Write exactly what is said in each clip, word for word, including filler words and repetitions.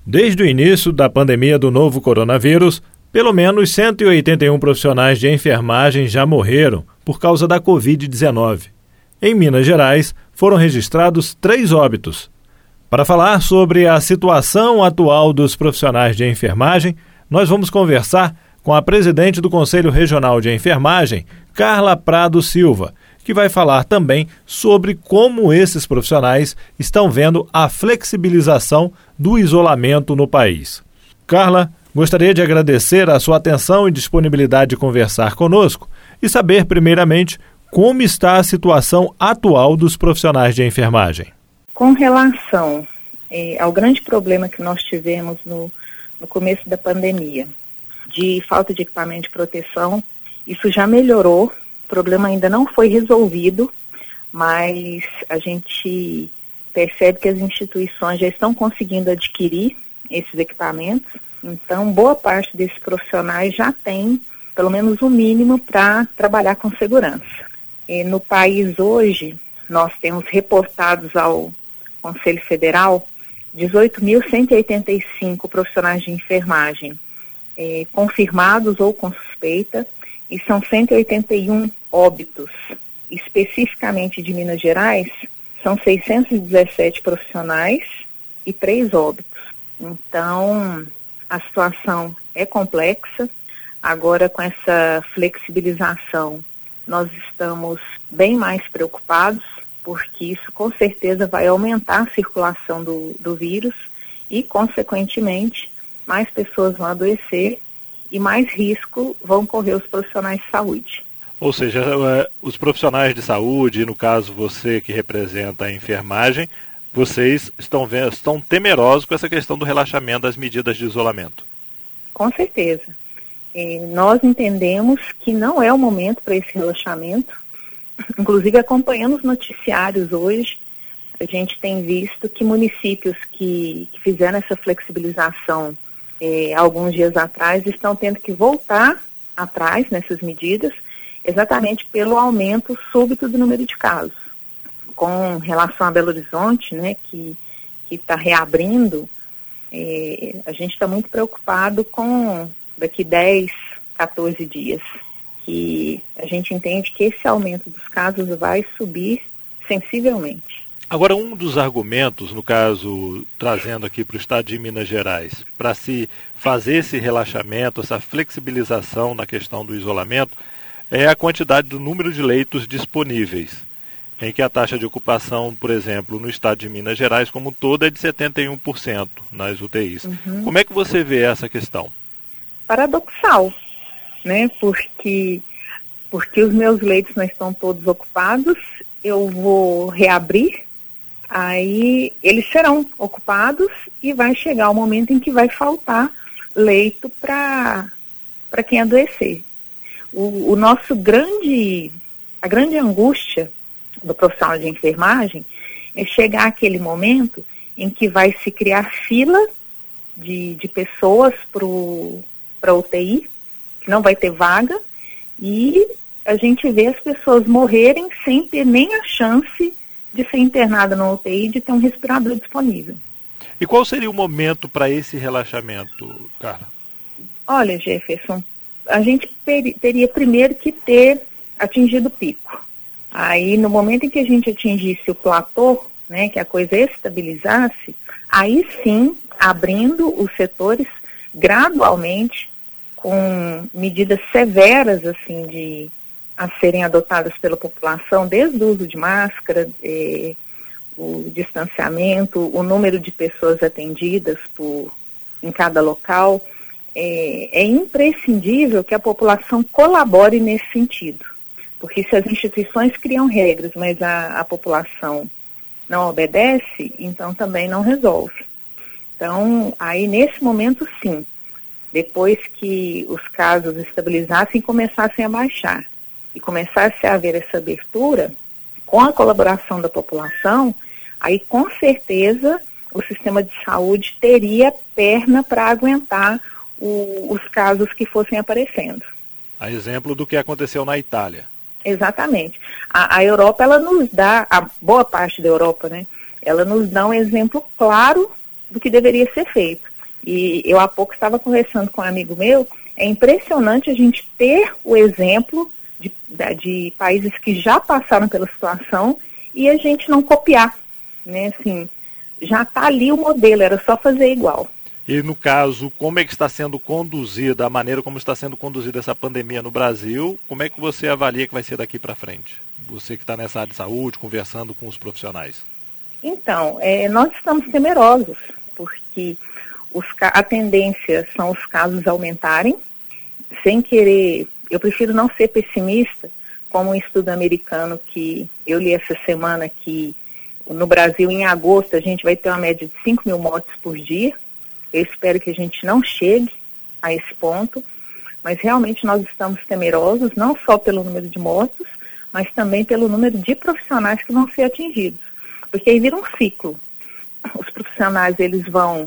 Desde o início da pandemia do novo coronavírus, pelo menos cento e oitenta e um profissionais de enfermagem já morreram por causa da covid dezenove. Em Minas Gerais, foram registrados três óbitos. Para falar sobre a situação atual dos profissionais de enfermagem, nós vamos conversar com a presidente do Conselho Regional de Enfermagem, Carla Prado Silva, que vai falar também sobre como esses profissionais estão vendo a flexibilização do isolamento no país. Carla, gostaria de agradecer a sua atenção e disponibilidade de conversar conosco e saber, primeiramente, como está a situação atual dos profissionais de enfermagem. Com relação eh, ao grande problema que nós tivemos no, no começo da pandemia, de falta de equipamento de proteção, isso já melhorou. O problema ainda não foi resolvido, mas a gente percebe que as instituições já estão conseguindo adquirir esses equipamentos. Então, boa parte desses profissionais já tem, pelo menos o mínimo, para trabalhar com segurança. E no país hoje, nós temos reportados ao Conselho Federal dezoito mil cento e oitenta e cinco profissionais de enfermagem eh, confirmados ou com suspeita, e são cento e oitenta e um óbitos. Especificamente de Minas Gerais, são seiscentos e dezessete profissionais e três óbitos. Então, a situação é complexa. Agora, com essa flexibilização, nós estamos bem mais preocupados, porque isso com certeza vai aumentar a circulação do, do vírus e, consequentemente, mais pessoas vão adoecer e mais risco vão correr os profissionais de saúde. Ou seja, os profissionais de saúde, no caso você que representa a enfermagem, vocês estão, vendo, estão temerosos com essa questão do relaxamento das medidas de isolamento? Com certeza. E nós entendemos que não é o momento para esse relaxamento. Inclusive, acompanhando os noticiários hoje, a gente tem visto que municípios que, que fizeram essa flexibilização eh, alguns dias atrás estão tendo que voltar atrás nessas medidas, exatamente pelo aumento súbito do número de casos. Com relação a Belo Horizonte, né, que está reabrindo, eh, a gente está muito preocupado com daqui dez, quatorze dias, que a gente entende que esse aumento dos casos vai subir sensivelmente. Agora, um dos argumentos, no caso, trazendo aqui para o estado de Minas Gerais, para se fazer esse relaxamento, essa flexibilização na questão do isolamento, é a quantidade do número de leitos disponíveis, em que a taxa de ocupação, por exemplo, no estado de Minas Gerais como um todo é de setenta e um por cento nas U T Is. Uhum. Como é que você vê essa questão? Paradoxal, né? Porque, porque os meus leitos não estão todos ocupados, eu vou reabrir, aí eles serão ocupados e vai chegar o momento em que vai faltar leito para para quem adoecer. O, o nosso grande, a grande angústia do profissional de enfermagem é chegar àquele momento em que vai se criar fila de, de pessoas para U T I, que não vai ter vaga, e a gente vê as pessoas morrerem sem ter nem a chance de ser internada na U T I e de ter um respirador disponível. E qual seria o momento para esse relaxamento, Carla? Olha, Jefferson, a gente ter, teria primeiro que ter atingido o pico. Aí, no momento em que a gente atingisse o platô, né, que a coisa estabilizasse, aí sim, abrindo os setores gradualmente, com medidas severas, assim, de, a serem adotadas pela população, desde o uso de máscara, eh, o distanciamento, o número de pessoas atendidas por, em cada local. É, é imprescindível que a população colabore nesse sentido, porque se as instituições criam regras, mas a, a população não obedece, então também não resolve. Então, aí nesse momento sim, depois que os casos estabilizassem e começassem a baixar, e começasse a haver essa abertura, com a colaboração da população, aí com certeza o sistema de saúde teria perna para aguentar o, os casos que fossem aparecendo. A exemplo do que aconteceu na Itália. Exatamente. A, a Europa, ela nos dá, a boa parte da Europa, né, ela nos dá um exemplo claro do que deveria ser feito. E eu há pouco estava conversando com um amigo meu, é impressionante a gente ter o exemplo de, de países que já passaram pela situação e a gente não copiar, né? Assim, já está ali o modelo, era só fazer igual. E no caso, como é que está sendo conduzida, a maneira como está sendo conduzida essa pandemia no Brasil, como é que você avalia que vai ser daqui para frente? Você que está nessa área de saúde, conversando com os profissionais. Então, é, nós estamos temerosos, porque os, a tendência são os casos aumentarem, sem querer, eu prefiro não ser pessimista, como um estudo americano que eu li essa semana, que no Brasil, em agosto, a gente vai ter uma média de cinco mil mortes por dia. Eu espero que a gente não chegue a esse ponto, mas realmente nós estamos temerosos, não só pelo número de mortos, mas também pelo número de profissionais que vão ser atingidos. Porque aí vira um ciclo. Os profissionais, eles vão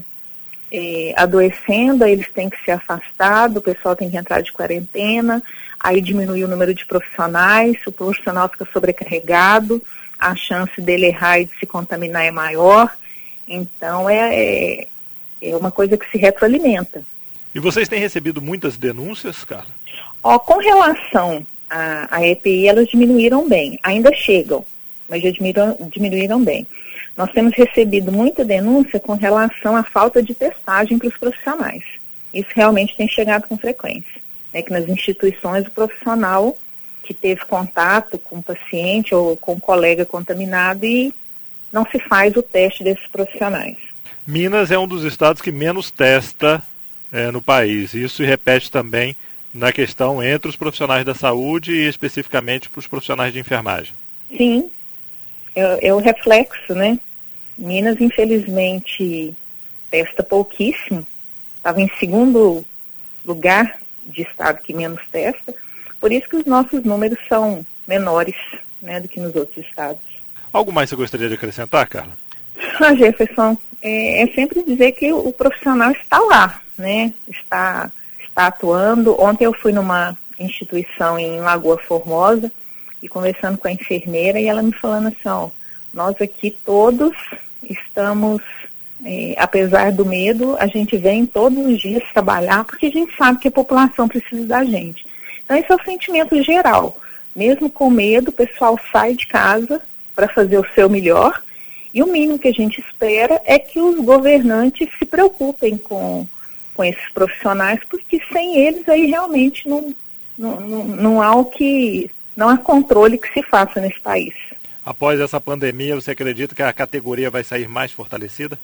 é, adoecendo, aí eles têm que ser afastados, o pessoal tem que entrar de quarentena, aí diminui o número de profissionais, o profissional fica sobrecarregado, a chance dele errar e de se contaminar é maior. Então, é, é, é uma coisa que se retroalimenta. E vocês têm recebido muitas denúncias, Carla? Ó, com relação à, à E P I, elas diminuíram bem. Ainda chegam, mas já diminuíram, diminuíram bem. Nós temos recebido muita denúncia com relação à falta de testagem para os profissionais. Isso realmente tem chegado com frequência. É que nas instituições o profissional que teve contato com o paciente ou com o colega contaminado e não se faz o teste desses profissionais. Minas é um dos estados que menos testa é, no país. Isso se repete também na questão entre os profissionais da saúde e especificamente para os profissionais de enfermagem. Sim, é, é o reflexo, né? Minas, infelizmente, testa pouquíssimo. Estava em segundo lugar de estado que menos testa. Por isso que os nossos números são menores, né, do que nos outros estados. Algo mais você gostaria de acrescentar, Carla? Ah, Jefferson, é, é sempre dizer que o, o profissional está lá, né? Está, está atuando. Ontem eu fui numa instituição em Lagoa Formosa e conversando com a enfermeira e ela me falando assim, ó, nós aqui todos estamos, é, apesar do medo, a gente vem todos os dias trabalhar porque a gente sabe que a população precisa da gente. Então esse é o sentimento geral. Mesmo com medo, o pessoal sai de casa para fazer o seu melhor e o mínimo que a gente espera é que os governantes se preocupem com, com esses profissionais, porque sem eles aí realmente não, não, não, não há o que, não há controle que se faça nesse país. Após essa pandemia, você acredita que a categoria vai sair mais fortalecida?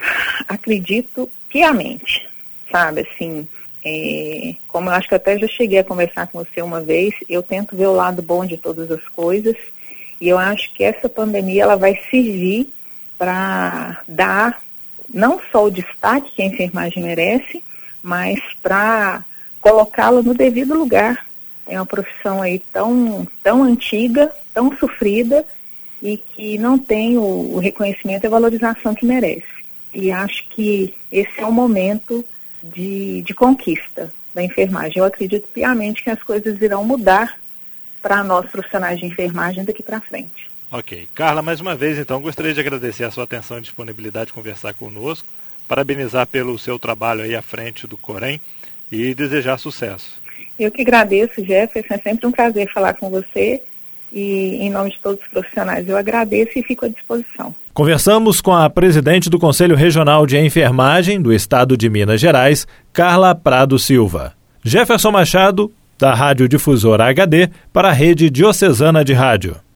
Acredito piamente, sabe, assim, é, como eu acho que até já cheguei a conversar com você uma vez, eu tento ver o lado bom de todas as coisas e eu acho que essa pandemia ela vai servir para dar não só o destaque que a enfermagem merece, mas para colocá-la no devido lugar. É uma profissão aí tão, tão antiga, tão sofrida e que não tem o, o reconhecimento e a valorização que merece. E acho que esse é o momento de, de conquista da enfermagem. Eu acredito piamente que as coisas irão mudar para nós profissionais de enfermagem daqui para frente. Ok. Carla, mais uma vez, então, gostaria de agradecer a sua atenção e disponibilidade de conversar conosco, parabenizar pelo seu trabalho aí à frente do Corém e desejar sucesso. Eu que agradeço, Jefferson, é sempre um prazer falar com você e em nome de todos os profissionais eu agradeço e fico à disposição. Conversamos com a presidente do Conselho Regional de Enfermagem do Estado de Minas Gerais, Carla Prado Silva. Jefferson Machado, da Rádio Difusora H D, para a Rede Diocesana de Rádio.